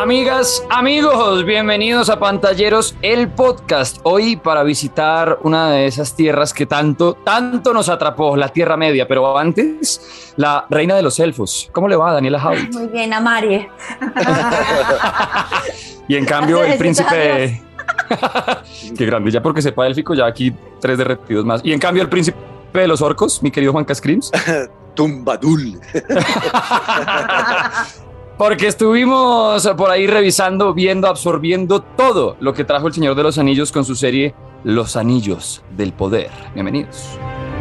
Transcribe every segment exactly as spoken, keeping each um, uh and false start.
Amigas, amigos, bienvenidos a Pantalleros, el podcast. Hoy para visitar una de esas tierras que tanto, tanto nos atrapó, la Tierra Media. Pero antes, la reina de los elfos. ¿Cómo le va, Daniela Howitt? Muy bien, Amarie. Y en cambio, el príncipe... Qué grande, ya porque sepa élfico, ya aquí tres derretidos más. Y en cambio, el príncipe de los orcos, mi querido Juan Cascrims. Tumbadul. Porque estuvimos por ahí revisando, viendo, absorbiendo todo lo que trajo el Señor de los Anillos con su serie Los Anillos del Poder. Bienvenidos.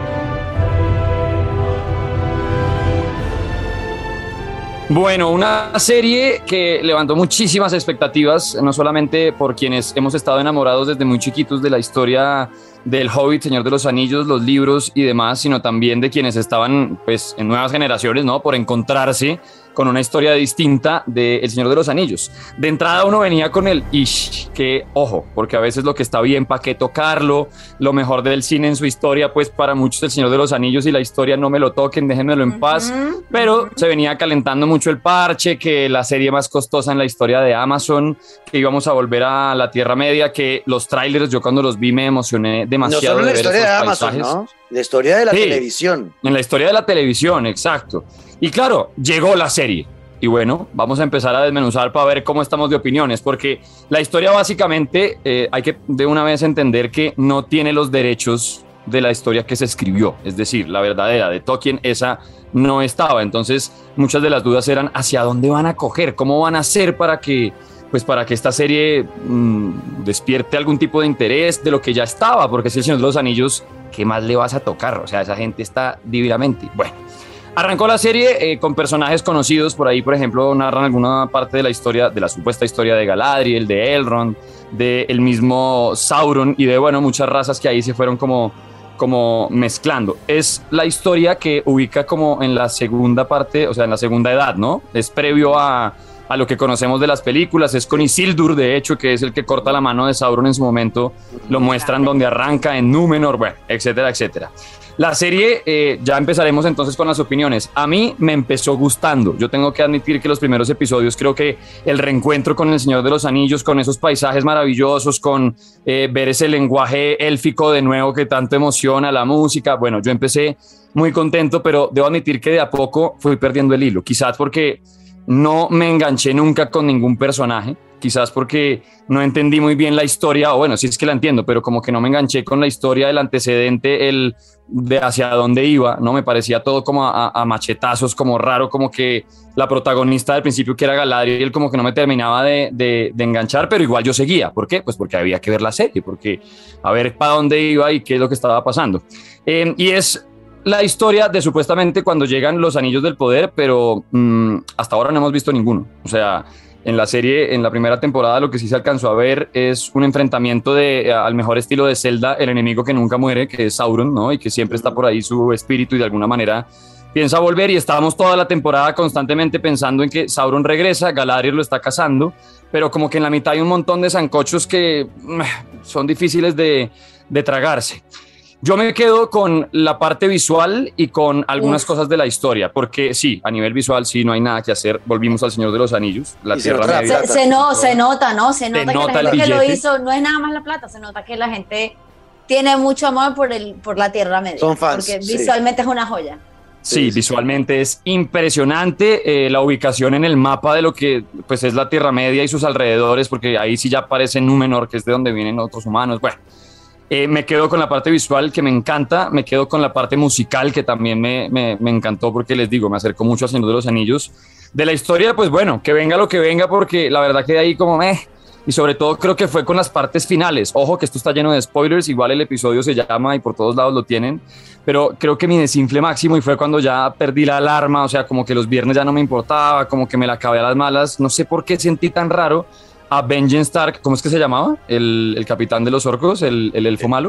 Bueno, una serie que levantó muchísimas expectativas, no solamente por quienes hemos estado enamorados desde muy chiquitos de la historia del Hobbit, Señor de los Anillos, los libros y demás, sino también de quienes estaban pues en nuevas generaciones, ¿no? Por encontrarse con una historia distinta de El Señor de los Anillos. De entrada uno venía con el ish, que ojo, porque a veces lo que está bien, ¿para qué tocarlo? Lo mejor del cine en su historia, pues para muchos El Señor de los Anillos y la historia no me lo toquen, déjenmelo en paz. Uh-huh. Pero se venía calentando mucho el parche, que la serie más costosa en la historia de Amazon, que íbamos a volver a la Tierra Media, que los trailers, yo cuando los vi me emocioné demasiado. No solo de la historia de Amazon, paisajes. ¿no? La historia de la sí, televisión. En la historia de la televisión, exacto. Y claro, llegó la serie. Y bueno, vamos a empezar a desmenuzar para ver cómo estamos de opiniones, porque la historia básicamente eh, hay que de una vez entender que no tiene los derechos de la historia que se escribió, es decir, la verdadera de Tolkien, esa no estaba. Entonces muchas de las dudas eran hacia dónde van a coger, cómo van a hacer para que, pues para que esta serie mmm, despierte algún tipo de interés de lo que ya estaba, porque si El Señor de los Anillos, ¿qué más le vas a tocar? O sea, esa gente está divinamente. Bueno, arrancó la serie eh, con personajes conocidos por ahí, por ejemplo, narran alguna parte de la historia, de la supuesta historia de Galadriel, de Elrond, del mismo Sauron y de, bueno, muchas razas que ahí se fueron como, como mezclando. Es la historia que ubica como en la segunda parte, o sea, en la segunda edad, ¿no? Es previo a, a lo que conocemos de las películas, es con Isildur, de hecho, que es el que corta la mano de Sauron en su momento, lo muestran donde arranca, en Númenor, bueno, etcétera, etcétera. La serie, eh, ya empezaremos entonces con las opiniones. A mí me empezó gustando. Yo tengo que admitir que los primeros episodios, creo que el reencuentro con El Señor de los Anillos, con esos paisajes maravillosos, con eh, ver ese lenguaje élfico de nuevo que tanto emociona, la música. Bueno, yo empecé muy contento, pero debo admitir que de a poco fui perdiendo el hilo. Quizás porque no me enganché nunca con ningún personaje. Quizás porque no entendí muy bien la historia, o bueno, sí es que la entiendo, pero como que no me enganché con la historia del antecedente, el de hacia dónde iba, ¿no? Me parecía todo como a, a machetazos, como raro, como que la protagonista del principio, que era Galadriel, como que no me terminaba de, de, de enganchar, pero igual yo seguía. ¿Por qué? Pues porque había que ver la serie, porque a ver para dónde iba y qué es lo que estaba pasando. Eh, y es la historia de supuestamente cuando llegan los Anillos del Poder, pero mmm, hasta ahora no hemos visto ninguno. O sea, en la serie, en la primera temporada, lo que sí se alcanzó a ver es un enfrentamiento de, al mejor estilo de Zelda, el enemigo que nunca muere, que es Sauron, ¿no? Y que siempre está por ahí su espíritu y de alguna manera piensa volver, y estábamos toda la temporada constantemente pensando en que Sauron regresa, Galadriel lo está cazando, pero como que en la mitad hay un montón de sancochos que son difíciles de, de tragarse. Yo me quedo con la parte visual y con algunas Uf. cosas de la historia, porque sí, a nivel visual sí no hay nada que hacer. Volvimos al Señor de los Anillos, la Tierra Media. Se, se, no, se nota, ¿no? Se nota, se que nota la gente que lo hizo no es nada más la plata, se nota que la gente tiene mucho amor por, el, por la Tierra Media. Son fans. Porque visualmente sí. es una joya. Sí, sí, visualmente es impresionante eh, la ubicación en el mapa de lo que pues es la Tierra Media y sus alrededores, porque ahí sí ya aparece Númenor, que es de donde vienen otros humanos. Bueno. Eh, me quedo con la parte visual, que me encanta, me quedo con la parte musical, que también me, me, me encantó, porque les digo, me acercó mucho al Señor de los Anillos. De la historia, pues bueno, que venga lo que venga, porque la verdad que de ahí como eh, y sobre todo creo que fue con las partes finales. Ojo que esto está lleno de spoilers, igual el episodio se llama y por todos lados lo tienen, pero creo que mi desinfle máximo y fue cuando ya perdí la alarma, o sea, como que los viernes ya no me importaba, como que me la acabé a las malas, no sé por qué sentí tan raro a Benjen Stark, ¿cómo es que se llamaba? El, el capitán de los orcos, el, el elfo malo.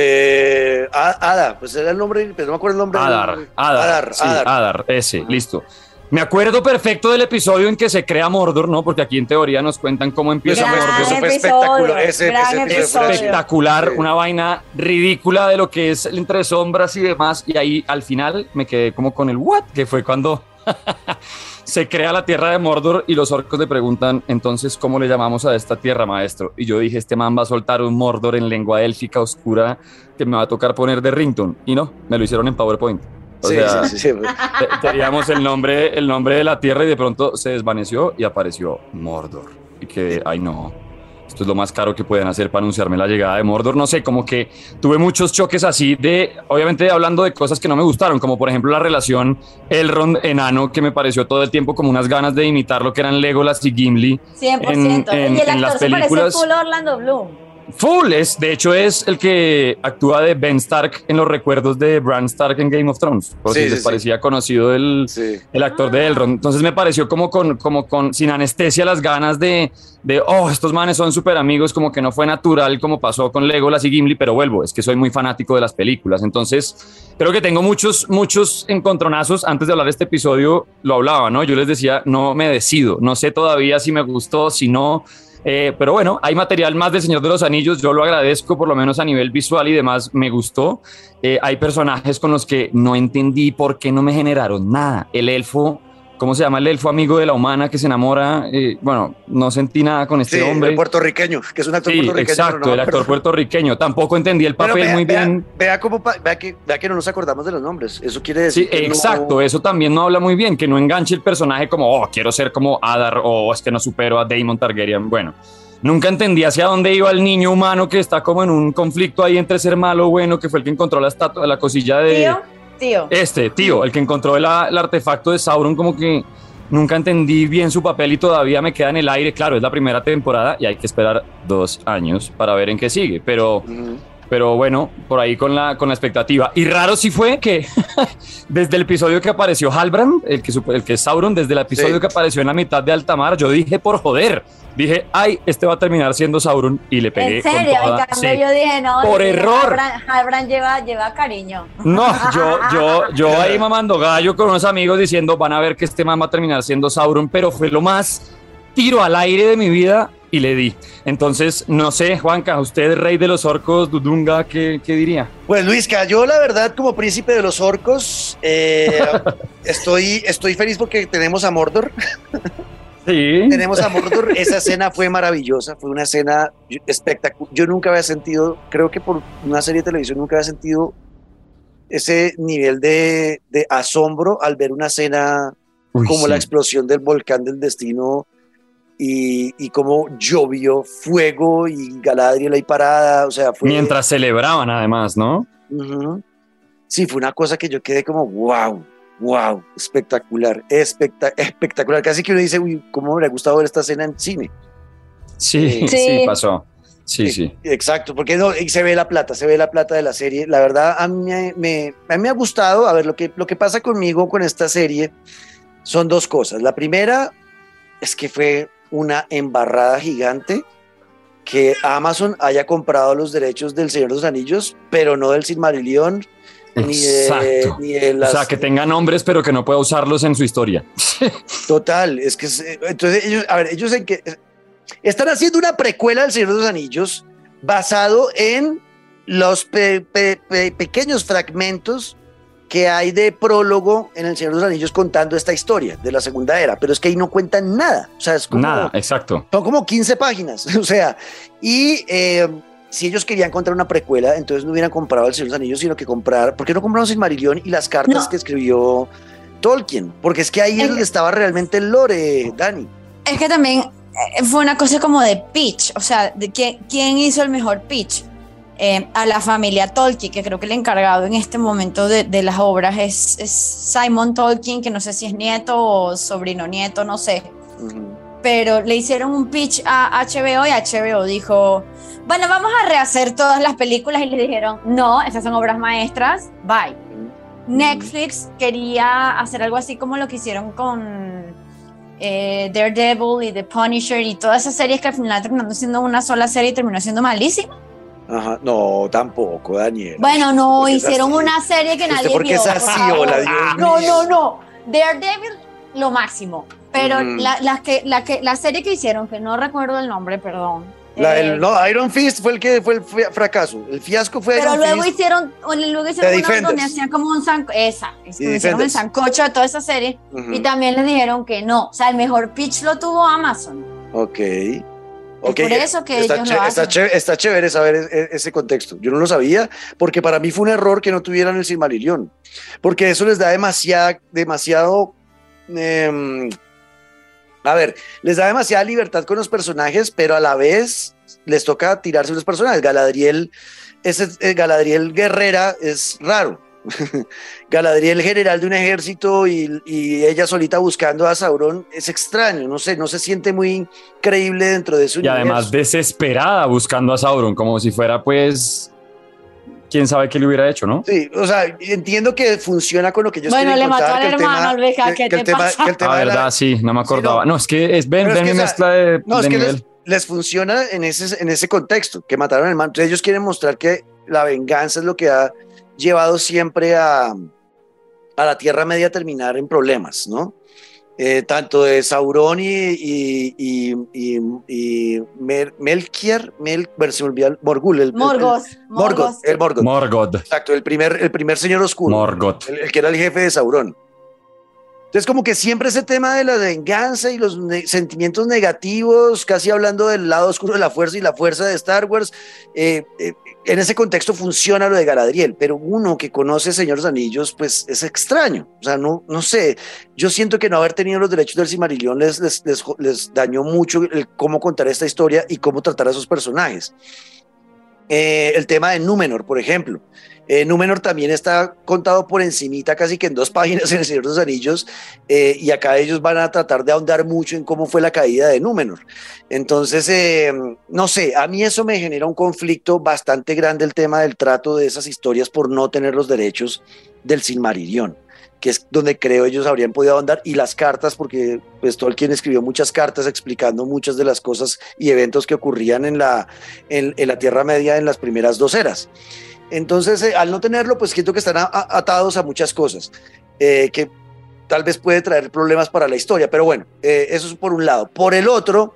Eh, Ada, pues era el nombre, pero no me acuerdo el nombre. Adar, del... Adar, Adar, sí, Adar, Adar, ese, uh-huh. Listo. Me acuerdo perfecto del episodio en que se crea Mordor, ¿no? Porque aquí en teoría nos cuentan cómo empieza gran Mordor. Eso fue espectacular. Ese, ese episodio. Espectacular, sí. Una vaina ridícula de lo que es entre sombras y demás. Y ahí al final me quedé como con el what, que fue cuando Se crea la tierra de Mordor y los orcos le preguntan, entonces, ¿cómo le llamamos a esta tierra, maestro? Y yo dije, este man va a soltar un Mordor en lengua élfica oscura que me va a tocar poner de ringtone. Y no, me lo hicieron en PowerPoint. O Sí, sea, sí, sí, sí. te- teníamos el nombre, el nombre de la tierra y de pronto se desvaneció y apareció Mordor. Y que, ay no, esto es lo más caro que pueden hacer para anunciarme la llegada de Mordor. No sé, como que tuve muchos choques así de, obviamente hablando de cosas que no me gustaron, como por ejemplo la relación Elrond-enano, que me pareció todo el tiempo como unas ganas de imitar lo que eran Legolas y Gimli cien por en, ciento. en- Y el en las actor se parece películas. full a Orlando Bloom. Full, es, de hecho es el que actúa de Ben Stark en los recuerdos de Bran Stark en Game of Thrones, por Sí, si sí, les sí. parecía conocido el, Sí. el actor de Elrond. Entonces me pareció como con, como con sin anestesia las ganas de, de, oh, estos manes son súper amigos, como que no fue natural como pasó con Legolas y Gimli, pero vuelvo, es que soy muy fanático de las películas. Entonces creo que tengo muchos, muchos encontronazos. Antes de hablar de este episodio lo hablaba, ¿no? Yo les decía, no me decido, no sé todavía si me gustó, si no. Eh, pero bueno, hay material más del Señor de los Anillos, yo lo agradezco, por lo menos a nivel visual y demás, me gustó. Eh, hay personajes con los que no entendí por qué no me generaron nada. El elfo, ¿cómo se llama el elfo amigo de la humana que se enamora? Eh, bueno, no sentí nada con este Sí, hombre. el puertorriqueño, que es un actor Sí, puertorriqueño. pero exacto, no el me actor acuerdo. puertorriqueño. Tampoco entendí el Pero papel vea, muy vea- bien. Vea, cómo pa- vea, que, vea que no nos acordamos de los nombres. Eso quiere decir Sí, que no- exacto, eso también no habla muy bien, que no enganche el personaje como, oh, quiero ser como Adar, o es que no supero a Daemon Targaryen. Bueno, nunca entendí hacia dónde iba el niño humano que está como en un conflicto ahí entre ser malo o bueno, que fue el que encontró la estatua, la cosilla de... Tío, tío. Este, tío, el que encontró el, el artefacto de Sauron, como que nunca entendí bien su papel y todavía me queda en el aire. Claro, es la primera temporada y hay que esperar dos años para ver en qué sigue, pero... Ujú. Pero bueno, por ahí con la, con la expectativa. Y raro sí fue que desde el episodio que apareció Halbrand, el que, supo- el que es Sauron, desde el episodio Sí. que apareció en la mitad de Altamar, yo dije por joder, dije, ay, este va a terminar siendo Sauron y le pegué En serio, con toda. en cambio Sí. yo dije, no, Por dije, error. Halbrand, Halbrand lleva, lleva cariño. No, yo, yo, yo ahí mamando gallo con unos amigos diciendo, van a ver que este man va a terminar siendo Sauron, pero fue lo más tiro al aire de mi vida y le di. Entonces, no sé, Juanca, usted, rey de los orcos, Dudunga, ¿qué, qué diría? Pues Luisca, yo la verdad como príncipe de los orcos eh, estoy, estoy feliz porque tenemos a Mordor. Sí. Tenemos a Mordor. Esa escena fue maravillosa, fue una escena espectacular. Yo nunca había sentido, creo que por una serie de televisión nunca había sentido ese nivel de, de asombro al ver una escena Uy, como sí. la explosión del volcán del destino y, y cómo llovió fuego y Galadriel ahí parada, o sea, fue... Mientras celebraban, además, ¿no? Ujú. Sí, fue una cosa que yo quedé como, wow, wow, espectacular, especta- espectacular. Casi que uno dice, uy, ¿cómo me hubiera gustado ver esta escena en cine? Sí, sí, Sí. pasó. Sí, sí. Exacto, porque no, y se ve la plata, se ve la plata de la serie. La verdad, a mí me, me- a mí me ha gustado. A ver, lo que, lo que pasa conmigo con esta serie son dos cosas. La primera es que fue una embarrada gigante que Amazon haya comprado los derechos del Señor de los Anillos, pero no del Silmarillion, ni de, Exacto. ni de O las... sea, que tenga nombres, pero que no pueda usarlos en su historia. Total, es que... es- entonces ellos, a ver, ellos en que... Están haciendo una precuela del Señor de los Anillos basado en los pe- pe- pe- pequeños fragmentos que hay de prólogo en el Señor de los Anillos contando esta historia de la Segunda Era, pero es que ahí no cuentan nada, o sea, es como, Nada, exacto. son como quince páginas, o sea, y eh, si ellos querían contar una precuela, entonces no hubieran comprado el Señor de los Anillos, sino que comprar, ¿por qué no compraron Silmarillion y las cartas No. que escribió Tolkien? Porque es que ahí es Es donde que- estaba realmente el lore, Dani. Es que también eh, fue una cosa como de pitch, o sea, de quién, quién hizo el mejor pitch. Eh, a la familia Tolkien, que creo que el encargado en este momento de, de las obras es, es Simon Tolkien, que no sé si es nieto o sobrino nieto, no sé. Ujú. Pero le hicieron un pitch a H B O y H B O dijo, bueno, vamos a rehacer todas las películas y le dijeron, no, esas son obras maestras, bye. Netflix quería hacer algo así como lo que hicieron con eh, Daredevil y The Punisher y todas esas series que al final terminaron siendo una sola serie y terminó siendo malísima. Ajá, no, tampoco, Daniel. Bueno, no, ¿Por qué es hicieron así? una serie que ¿Usted nadie por qué vio. es así, hola, Dios No, mío? no, no. Daredevil, lo máximo. Pero Mm. la, la que, la, que, la serie que hicieron, que no recuerdo el nombre, perdón, La, Eh, el, no, Iron Fist fue el que fue el fracaso. El fiasco fue pero Iron luego Fist. hicieron, luego hicieron The una donde Defenders. hacían como un sancocho, esa, Y hicieron el Defenders. sancocho de toda esa serie, Ujú. y también les dijeron que no, o sea, el mejor pitch lo tuvo Amazon. Ok. por eso que está, ellos ché- lo está, hacen. chévere, está chévere saber e- e- ese contexto. Yo no lo sabía porque para mí fue un error que no tuvieran el Silmarillion. Porque eso les da demasiada, demasiado... em, a ver, les da demasiada libertad con los personajes, pero a la vez les toca tirarse los personajes. Galadriel, ese, eh, Galadriel guerrera es raro. Galadriel general de un ejército y, y ella solita buscando a Sauron es extraño, no sé, no se siente muy creíble dentro de su Y universo. además desesperada buscando a Sauron, como si fuera pues, quién sabe qué le hubiera hecho, ¿no? Sí, o sea, entiendo que funciona con lo que ellos Bueno, quieren le mató contar, al que el hermano, tema- Albeja, que- ¿qué que el te tema- pasa? que el tema Ah, de la- verdad, sí, no me acordaba. Sí, no. no. es que es, ven, Pero es ven que mi esa- mezcla de, No, es de que nivel. les, les funciona en ese, en ese contexto, que mataron al man. Entonces ellos quieren mostrar que la venganza es lo que ha llevado siempre a, a la Tierra Media a terminar en problemas, ¿no? Eh, tanto de Sauron y, y, y, y, y Mer- Melkier, Mel, bueno, se me olvidó el- Morgul, el, el- Morgoth, el- Morgoth, Morgoth. el Morgoth. Morgoth. Exacto, el primer, el primer señor oscuro. Morgoth. El, el que era el jefe de Sauron. Entonces, como que siempre ese tema de la venganza y los ne- sentimientos negativos, casi hablando del lado oscuro de la fuerza y la fuerza de Star Wars, eh, eh, en ese contexto funciona lo de Galadriel, pero uno que conoce Señor de los Anillos, pues es extraño. O sea, no, no sé, yo siento que no haber tenido los derechos del Silmarillion les, les, les, les dañó mucho el cómo contar esta historia y cómo tratar a esos personajes. Eh, el tema de Númenor, por ejemplo. Eh, Númenor también está contado por encimita, casi que en dos páginas en El Señor de los Anillos, eh, y acá ellos van a tratar de ahondar mucho en cómo fue la caída de Númenor. Entonces, eh, no sé, a mí eso me genera un conflicto bastante grande el tema del trato de esas historias por no tener los derechos del Silmarillion, que es donde creo ellos habrían podido ahondar, y las cartas, porque pues Tolkien escribió muchas cartas explicando muchas de las cosas y eventos que ocurrían en la, en, en la Tierra Media en las primeras dos eras. Entonces, eh, al no tenerlo, pues siento que están a, a, atados a muchas cosas, eh, que tal vez puede traer problemas para la historia, pero bueno, eh, eso es por un lado. Por el otro,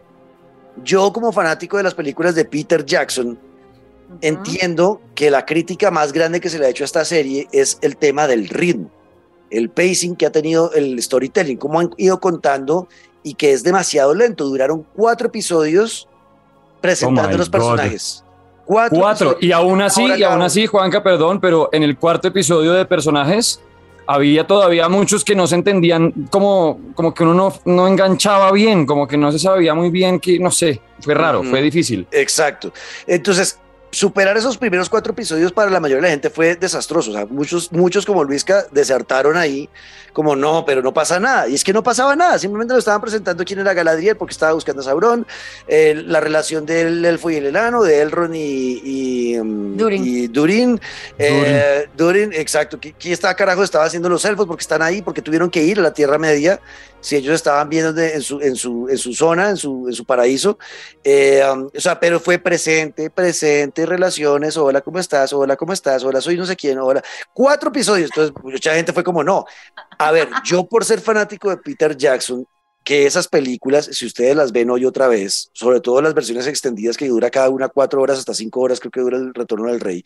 yo como fanático de las películas de Peter Jackson, Ujú. entiendo que la crítica más grande que se le ha hecho a esta serie es el tema del ritmo, el pacing que ha tenido el storytelling, cómo han ido contando y que es demasiado lento. Duraron cuatro episodios presentando Oh my los God. personajes. Cuatro. Cuatro. episodios. Y aún así, Ahora y aún cada así, Juanca, perdón, pero en el cuarto episodio de personajes había todavía muchos que no se entendían, como, como que uno no, no enganchaba bien, como que no se sabía muy bien, que no sé, fue raro, Ujú. fue difícil. Exacto. Entonces, superar esos primeros cuatro episodios para la mayoría de la gente fue desastroso. O sea, muchos, muchos como Luisca desertaron ahí, como no, pero no pasa nada. Y es que no pasaba nada, simplemente nos estaban presentando quién era Galadriel porque estaba buscando a Sauron, eh, la relación del elfo y el enano, de Elrond y, y, um, Durin. y Durin. Eh, Durin, exacto. ¿Qué, qué está carajo estaba haciendo los elfos? Porque están ahí, porque tuvieron que ir a la Tierra Media. Si ellos estaban viendo de- en, su, en, su, en su zona, en su, en su paraíso. Eh, um, o sea, pero fue presente, presente, relaciones, hola, ¿cómo estás? Hola, ¿cómo estás? Hola, soy no sé quién, hola. Cuatro episodios, entonces mucha gente fue como, no. A ver, yo por ser fanático de Peter Jackson, que esas películas, si ustedes las ven hoy otra vez, sobre todo las versiones extendidas que dura cada una cuatro horas hasta cinco horas, creo que dura el Retorno del Rey,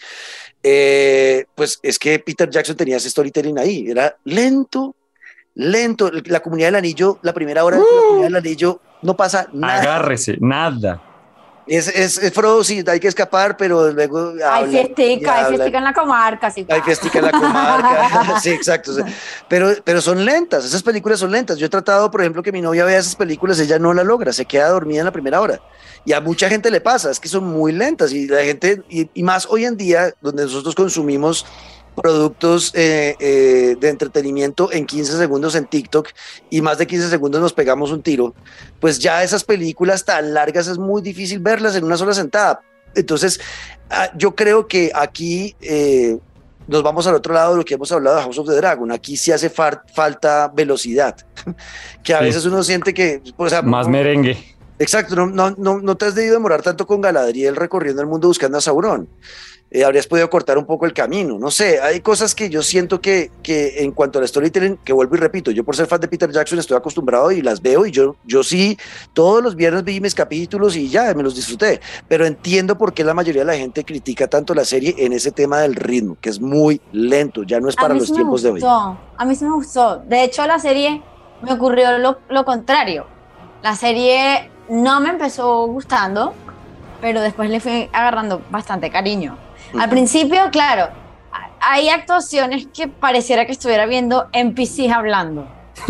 eh, pues es que Peter Jackson tenía ese storytelling ahí, era lento, lento. La Comunidad del Anillo, la primera hora de la Comunidad del Anillo, no pasa nada. Agárrese, nada. Es, es, es Frodo, sí, hay que escapar, pero luego Hay hablan, y fiestica, hay hablan. fiestica en la comarca. Sí, Hay fiestica en la comarca, sí, exacto. O sea, pero, pero son lentas, esas películas son lentas. Yo he tratado, por ejemplo, que mi novia vea esas películas, ella no la logra, se queda dormida en la primera hora. Y a mucha gente le pasa, es que son muy lentas. Y la gente, y, y más hoy en día, donde nosotros consumimos productos eh, eh, de entretenimiento en quince segundos en TikTok y más de quince segundos nos pegamos un tiro, pues ya esas películas tan largas es muy difícil verlas en una sola sentada. Entonces, ah, yo creo que aquí eh, nos vamos al otro lado de lo que hemos hablado de House of the Dragon. Aquí sí hace far- falta velocidad, que a Sí. veces uno siente que... O sea, Más no- merengue. Exacto, no, no, no, no te has debido demorar tanto con Galadriel recorriendo el mundo buscando a Sauron. eh, habrías podido cortar un poco el camino, no sé, hay cosas que yo siento que, que en cuanto al storytelling, que vuelvo y repito, yo por ser fan de Peter Jackson estoy acostumbrado y las veo y yo, yo sí, todos los viernes vi mis capítulos y ya, me los disfruté, pero entiendo por qué la mayoría de la gente critica tanto la serie en ese tema del ritmo, que es muy lento, ya no es para los sí tiempos de hoy. A mí sí me gustó, de hecho la serie me ocurrió lo, lo contrario, la serie no me empezó gustando, pero después le fui agarrando bastante cariño. Al principio, claro, hay actuaciones que pareciera que estuviera viendo N P Cs hablando.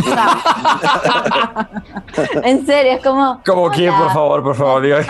En serio, es como... ¿Como quién, por favor, por favor, dígame?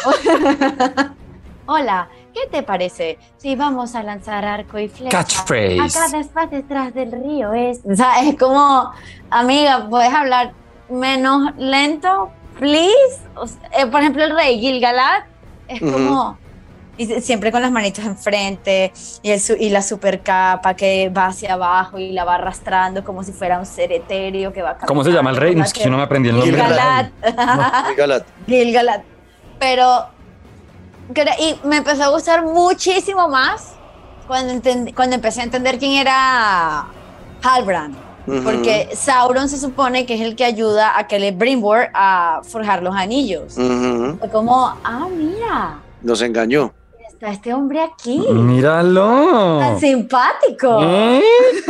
Hola, ¿qué te parece si vamos a lanzar arco y flecha? Catchphrase. Acá después detrás del río es... O sea, es como, amiga, ¿puedes hablar menos lento, please? O sea, eh, por ejemplo, el rey Gil-galad es uh-huh. como... Y siempre con las manitos enfrente y, el, y la super capa que va hacia abajo y la va arrastrando como si fuera un ser etéreo que va caminando. ¿Cómo se llama el rey? Es que yo no me aprendí el nombre. Gil-galad. Gil-galad. Gil-galad. Pero y me empezó a gustar muchísimo más cuando, entend, cuando empecé a entender quién era Halbrand. Uh-huh. Porque Sauron se supone que es el que ayuda a Celebrimbor a forjar los anillos. Uh-huh. Fue como, ah, mira. Nos engañó. Está este hombre aquí. Míralo. Tan simpático. ¿Eh?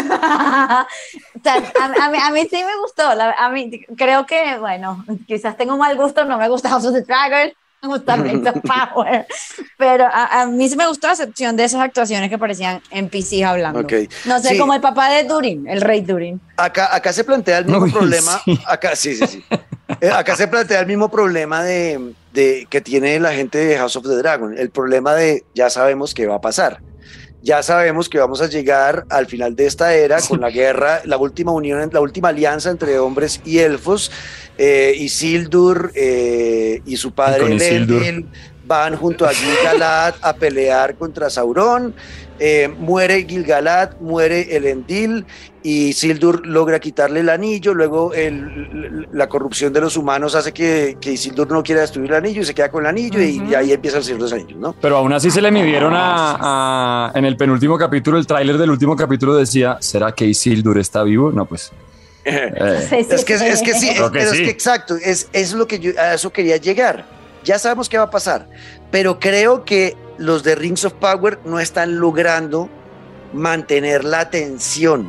O sea, a, a, mí, a mí sí me gustó. La, a mí, creo que, bueno, quizás tengo mal gusto, no me gusta House of the Dragon, me gusta Rings of Power, pero a, a mí sí me gustó la excepción de esas actuaciones que parecían N P Cs hablando. Okay. No sé, sí. Como el papá de Durin, el rey Durin. Acá, acá se plantea el mismo Uy, problema. Sí. Acá, sí, sí, sí. Acá se plantea el mismo problema de, de que tiene la gente de House of the Dragon. El problema de ya sabemos qué va a pasar. Ya sabemos que vamos a llegar al final de esta era con la guerra, la última unión, la última alianza entre hombres y elfos. Eh, Isildur eh, y su padre Elendil van junto a Gil-galad a pelear contra Sauron. Eh, muere Gil-galad, muere Elendil y Isildur logra quitarle el anillo. Luego el, la corrupción de los humanos hace que, que Isildur no quiera destruir el anillo y se queda con el anillo. Uh-huh. y, y ahí empieza el Señor de los Anillos, ¿no? Pero aún así se le midieron a, a en el penúltimo capítulo, el tráiler del último capítulo decía, ¿será que Isildur está vivo? No, pues... Eh. Sí, sí, es, que, es que sí, es, que pero sí. es que exacto, es, es lo que yo, a eso quería llegar. Ya sabemos qué va a pasar, pero creo que los de Rings of Power no están logrando mantener la atención,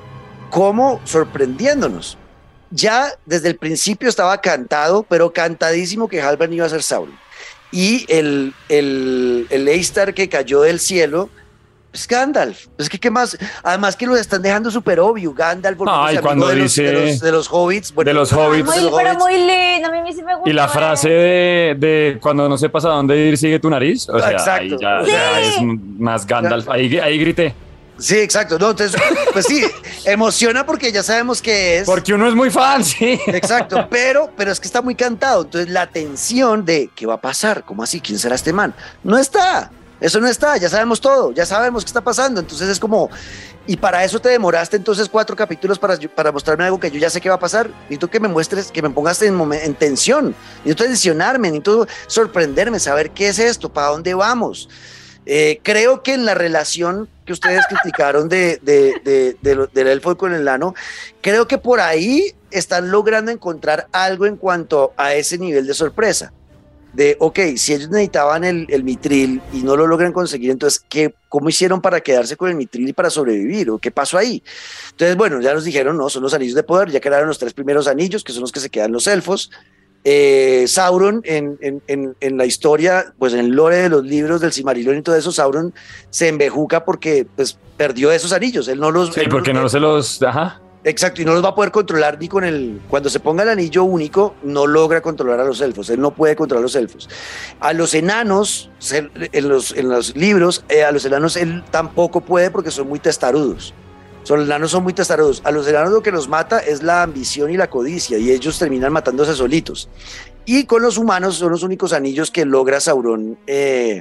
como sorprendiéndonos. Ya desde el principio estaba cantado, pero cantadísimo que Halbrand iba a ser Sauron. Y el, el, el Eistar que cayó del cielo es Gandalf. Es que qué más, además que lo están dejando súper obvio. Gandalf, ay, cuando de, dice, los, de, los, de los hobbits. Bueno, de los hobbits. Muy, de los pero hobbits. muy lindo, a mí sí me gusta. Y la frase de, de cuando no sepas a dónde ir, sigue tu nariz. O sea, exacto. Ahí ya, sí. o sea, es más Gandalf. Ahí, ahí grité. Sí, exacto. No, entonces, pues sí, emociona porque ya sabemos qué es. Porque uno es muy fan, sí. Exacto, pero, pero es que está muy cantado. Entonces la tensión de ¿qué va a pasar? ¿Cómo así? ¿Quién será este man? No está. Eso no está, ya sabemos todo, ya sabemos qué está pasando, entonces es como, y para eso te demoraste entonces cuatro capítulos para, para mostrarme algo que yo ya sé qué va a pasar, necesito que me muestres, que me pongas en, en tensión, necesito tensionarme, necesito sorprenderme, saber qué es esto, para dónde vamos. Eh, creo que en la relación que ustedes criticaron de, de, de, de, de, del elfo con el enano, creo que por ahí están logrando encontrar algo en cuanto a ese nivel de sorpresa. De, ok, si ellos necesitaban el, el mitril y no lo logran conseguir, entonces, ¿qué, ¿cómo hicieron para quedarse con el mitril y para sobrevivir? ¿O qué pasó ahí? Entonces, bueno, ya nos dijeron, no, son los anillos de poder, ya quedaron los tres primeros anillos, que son los que se quedan los elfos. Eh, Sauron, en, en, en, en la historia, pues en el lore de los libros del Silmarillion y todo eso, Sauron se embejuca porque, pues, perdió esos anillos, él no los... Sí, porque no, no se los... Ajá. Exacto, y no los va a poder controlar ni con el... Cuando se ponga el anillo único, no logra controlar a los elfos, él no puede controlar a los elfos. A los enanos, en los, en los libros, eh, a los enanos él tampoco puede porque son muy testarudos. Son, los enanos son muy testarudos. A los enanos lo que los mata es la ambición y la codicia, y ellos terminan matándose solitos. Y con los humanos son los únicos anillos que logra Sauron... Eh,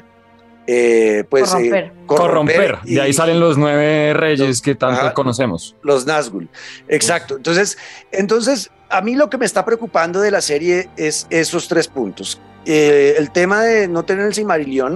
Eh, pues, corromper. Eh, corromper. corromper. Y, de ahí salen los nueve reyes los, que tanto ajá, conocemos. Los Nazgûl. Exacto. Entonces, entonces, a mí lo que me está preocupando de la serie es esos tres puntos. Eh, el tema de no tener el Silmarillion,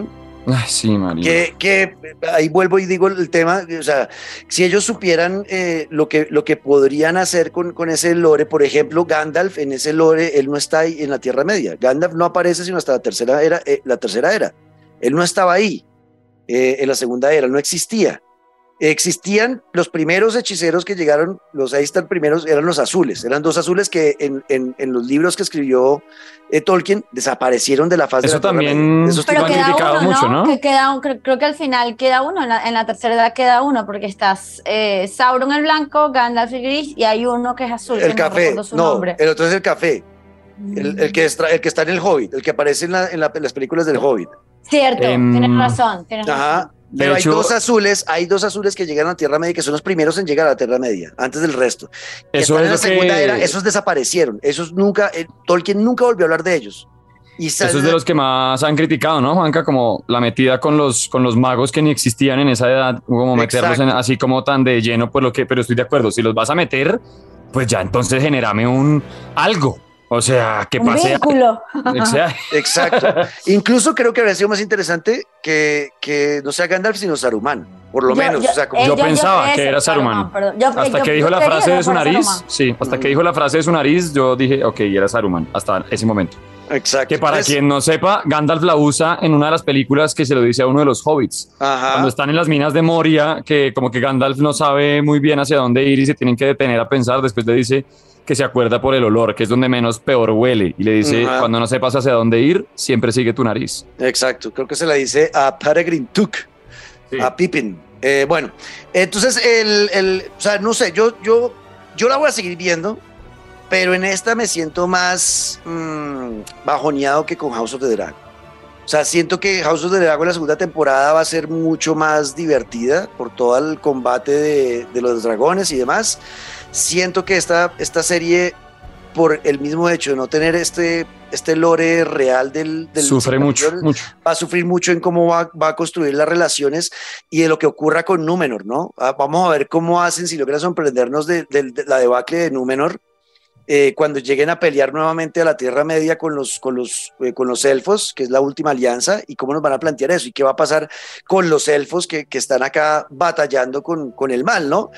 Ay, sí, María. Que, que ahí vuelvo y digo el tema, o sea, si ellos supieran eh, lo, que, lo que podrían hacer con, con ese lore, por ejemplo, Gandalf en ese lore, él no está ahí en la Tierra Media. Gandalf no aparece sino hasta la tercera era, eh, la tercera era. Él no estaba ahí eh, en la segunda era, no existía. Existían los primeros hechiceros que llegaron, los ahí están primeros, eran los azules, eran dos azules que en, en, en los libros que escribió eh, Tolkien desaparecieron de la faz Eso de la también Tierra. Eso Pero lo han queda criticado uno, mucho, ¿no? ¿no? Que queda un- creo, creo que al final queda uno, en la, en la tercera edad queda uno, porque estás eh, Sauron el blanco, Gandalf el gris, y hay uno que es azul, el que no café, recuerdo su no, nombre. el otro es el café, el, el, que está, el que está en el Hobbit, el que aparece en, la, en, la, en las películas del Hobbit. Cierto, Em, tienes razón, tienes razón. Ajá. De Pero hecho- hay dos azules, hay dos azules que llegaron a la Tierra Media, que son los primeros en llegar a la Tierra Media, antes del resto. Que Eso están es en la lo que- segunda era, esos desaparecieron, esos nunca, eh, Tolkien nunca volvió a hablar de ellos. Y Eso es de los que más han criticado, ¿no, Juanca? Como la metida con los, con los magos que ni existían en esa edad, como meterlos en, Exacto. así como tan de lleno, pues lo que, pero estoy de acuerdo, si los vas a meter, pues ya entonces genérame un algo, o sea, que Un pase vínculo. o sea, Exacto. Incluso creo que habría sido más interesante que, que no sea Gandalf, sino Saruman, por lo Yo- menos. yo- o sea, como- eh, Yo pensaba quería que ser era Saruman. perdón. Yo- hasta yo- que yo dijo la quería frase de que su fuera nariz, Saruman. sí, hasta Ujú. que dijo la frase de su nariz, yo dije, ok, era Saruman, hasta ese momento. exacto. Que para Entonces, quien no sepa, Gandalf la usa en una de las películas que se lo dice a uno de los hobbits. ajá. Cuando están en las minas de Moria, que como que Gandalf no sabe muy bien hacia dónde ir y se tienen que detener a pensar, después le dice que se acuerda por el olor, que es donde menos peor huele, y le dice, Ajá. cuando no sepas hacia dónde ir, siempre sigue tu nariz. Exacto, creo que se la dice a Peregrine Took, Sí. a Pippin. Eh, bueno, entonces, el, el, o sea, no sé, yo, yo, yo la voy a seguir viendo, pero en esta me siento más mmm, bajoneado que con House of the Dragon. O sea, siento que House of the Dragon la segunda temporada va a ser mucho más divertida por todo el combate de, de los dragones y demás. Siento que esta, esta serie, por el mismo hecho de no tener este, este lore real del... del Sufre mucho, Silmarillion, mucho. va a sufrir mucho en cómo va, va a construir las relaciones y de lo que ocurra con Númenor, ¿no? Ah, vamos a ver cómo hacen, si logran sorprendernos de, de, de la debacle de Númenor, eh, cuando lleguen a pelear nuevamente a la Tierra Media con los, con, los, eh, con los elfos, que es la última alianza, y cómo nos van a plantear eso, y qué va a pasar con los elfos que, que están acá batallando con, con el mal, ¿no?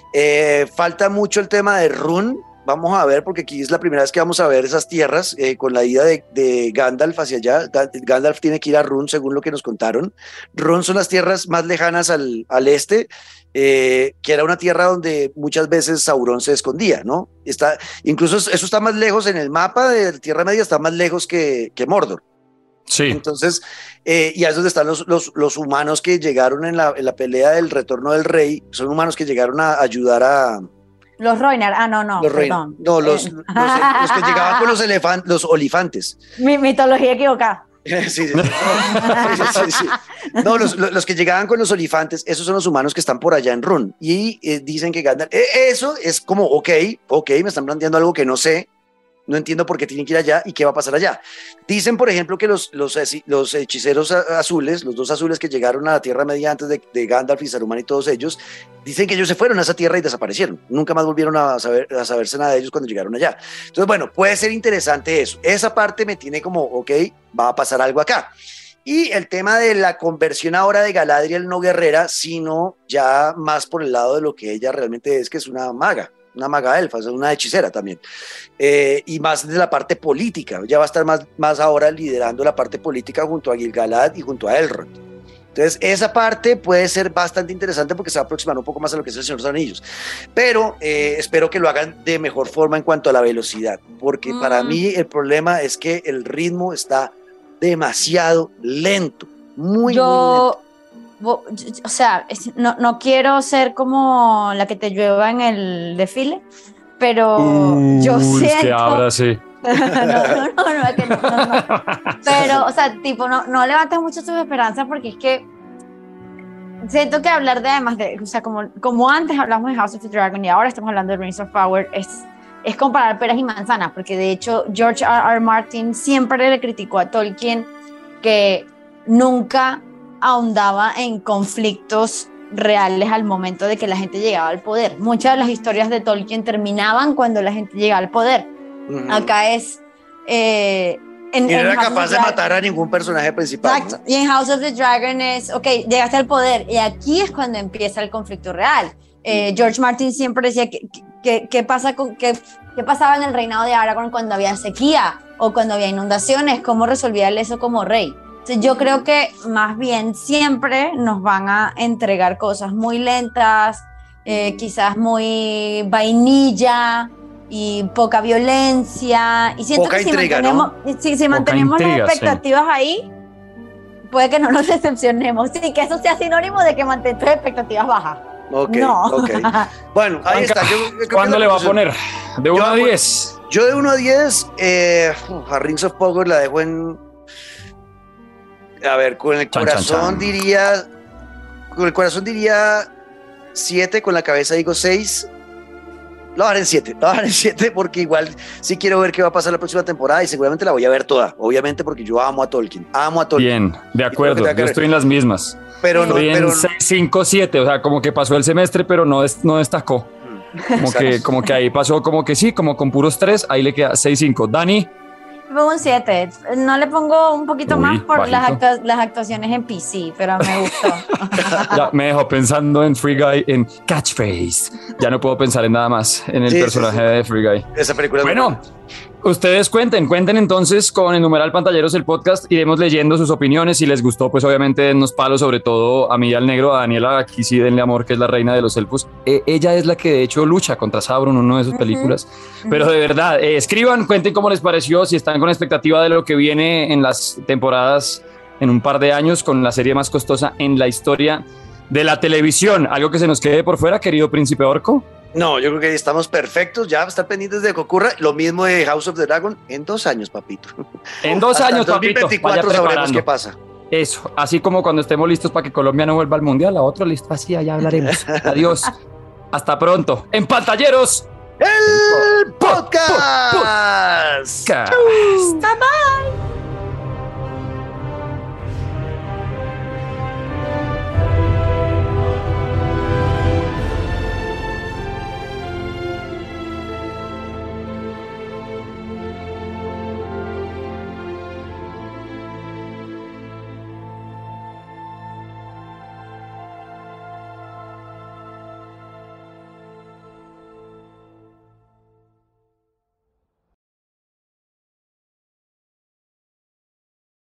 Eh, falta mucho el tema de Run. Vamos a ver, porque aquí es la primera vez que vamos a ver esas tierras, eh, con la ida de, de Gandalf hacia allá. Da- Gandalf tiene que ir a Run, según lo que nos contaron. Run son las tierras más lejanas al, al este, eh, que era una tierra donde muchas veces Sauron se escondía, ¿no? Está, incluso eso está más lejos en el mapa de Tierra Media, está más lejos que, que Mordor. Sí, Entonces, eh, y ahí es donde están los, los, los humanos que llegaron en la, en la pelea del retorno del rey. Son humanos que llegaron a ayudar a, Los Roinar, ah, no, no, los rey- perdón. no, los, Eh, los, los que llegaban con los elefantes, los olifantes. Mi mitología equivocada. Sí, sí, sí. Sí, sí, sí. No, los, los- los que llegaban con los olifantes, esos son los humanos que están por allá en Run. Y eh, dicen que Gandalf, eh, eso es como, ok, ok, me están planteando algo que no sé, no entiendo por qué tienen que ir allá y qué va a pasar allá. Dicen, por ejemplo, que los, los, heci- los hechiceros a- azules, los dos azules que llegaron a la Tierra Media antes de, de Gandalf y Saruman y todos ellos, dicen que ellos se fueron a esa tierra y desaparecieron. Nunca más volvieron a, saber, a saberse nada de ellos cuando llegaron allá. Entonces, bueno, puede ser interesante eso. Esa parte me tiene como, ok, va a pasar algo acá. Y el tema de la conversión ahora de Galadriel no guerrera, sino ya más por el lado de lo que ella realmente es, que es una maga, una maga elfa, es una hechicera también. Eh, y más de la parte política, ya va a estar más, más ahora liderando la parte política junto a Gil-galad y junto a Elrond. Entonces, esa parte puede ser bastante interesante porque se va a aproximar un poco más a lo que es el Señor de los Anillos. Pero eh, espero que lo hagan de mejor forma en cuanto a la velocidad, porque Mm. para mí el problema es que el ritmo está demasiado lento, muy, muy lento. Yo, bo- yo- o sea, es- no, no quiero ser como la que te llueva en el desfile, pero yo Uy, es que siento... ahora sí. no, no, no, no, es que no, no, no. Pero, o sea, tipo, no, no levantes mucho tus esperanzas porque es que siento que hablar de además de, o sea, como, como antes hablamos de House of the Dragon y ahora estamos hablando de Rings of Power, es, es comparar peras y manzanas, porque de hecho George R. R. Martin siempre le criticó a Tolkien que nunca ahondaba en conflictos reales al momento de que la gente llegaba al poder. Muchas de las historias de Tolkien terminaban cuando la gente llegaba al poder. Ujú. Acá es, eh, En, Y no en era House of capaz de Dragon- matar a ningún personaje principal. Exacto. Y en House of the Dragon es, ok, llegaste al poder y aquí es cuando empieza el conflicto real. Eh, George Martin siempre decía que, que, que pasa con, que, que pasaba en el reinado de Aragorn cuando había sequía o cuando había inundaciones, cómo resolvía él eso como rey. Entonces, yo creo que más bien siempre nos van a entregar cosas muy lentas, eh, quizás muy vainilla y poca violencia. Y siento Poca que si intriga, mantenemos, si, si mantenemos intriga, las sí. expectativas ahí, puede que no nos decepcionemos. Sí, que eso sea sinónimo de que mantén tus expectativas bajas. Ok, No. ok. Bueno, ahí está. Yo, yo creo que ¿Cuándo la le va a conclusión- poner? ¿De uno Yo a voy- diez? Yo de uno a diez, eh, a Rings of Power la dejo en. A ver, con el Chan, chan, corazón chan. diría. Con el corazón diría siete, con la cabeza digo seis. Lo voy a dar en siete, lo voy a dar en siete porque igual sí quiero ver qué va a pasar la próxima temporada y seguramente la voy a ver toda, obviamente porque yo amo a Tolkien, amo a Tolkien. Bien, de Y acuerdo. creo que tenga que Yo ver. estoy en las mismas. Pero no, Estoy pero en seis, cinco, siete. O sea, como que pasó el semestre, pero no, des- no destacó. Como Exacto. que, como que ahí pasó, como que sí, como con puros tres. Ahí le queda seis, cinco. Dani, Le pongo un siete. No le pongo un poquito Uy, más por las, bajito. actua- las actuaciones en P C, pero me gustó. ya me dejó pensando en Free Guy, en Catchphrase. Ya no puedo pensar en nada más en el Sí, sí, personaje sí. de Free Guy. Esa película es Bueno, ustedes cuenten, cuenten entonces con el numeral Pantalleros el podcast, iremos leyendo sus opiniones, si les gustó pues obviamente dennos palos, sobre todo a mí y al negro, a Daniela, aquí sí denle amor, que es la reina de los elfos. Eh, ella es la que de hecho lucha contra Sauron en una de sus Ujú. películas, pero de verdad, eh, escriban, cuenten cómo les pareció, si están con expectativa de lo que viene en las temporadas en un par de años con la serie más costosa en la historia de la televisión. ¿Algo que se nos quede por fuera, querido Príncipe Orco? No, yo creo que estamos perfectos, ya estar pendientes de que ocurra. Lo mismo de House of the Dragon en dos años, papito. En dos Hasta años, el dos mil papito, veinticuatro vaya sabremos preparando. qué pasa. Eso, así como cuando estemos listos para que Colombia no vuelva al mundial, a otro listo, así allá hablaremos. Adiós, hasta pronto. En Pantalleros, ¡El po- po- podcast! podcast. Bye bye.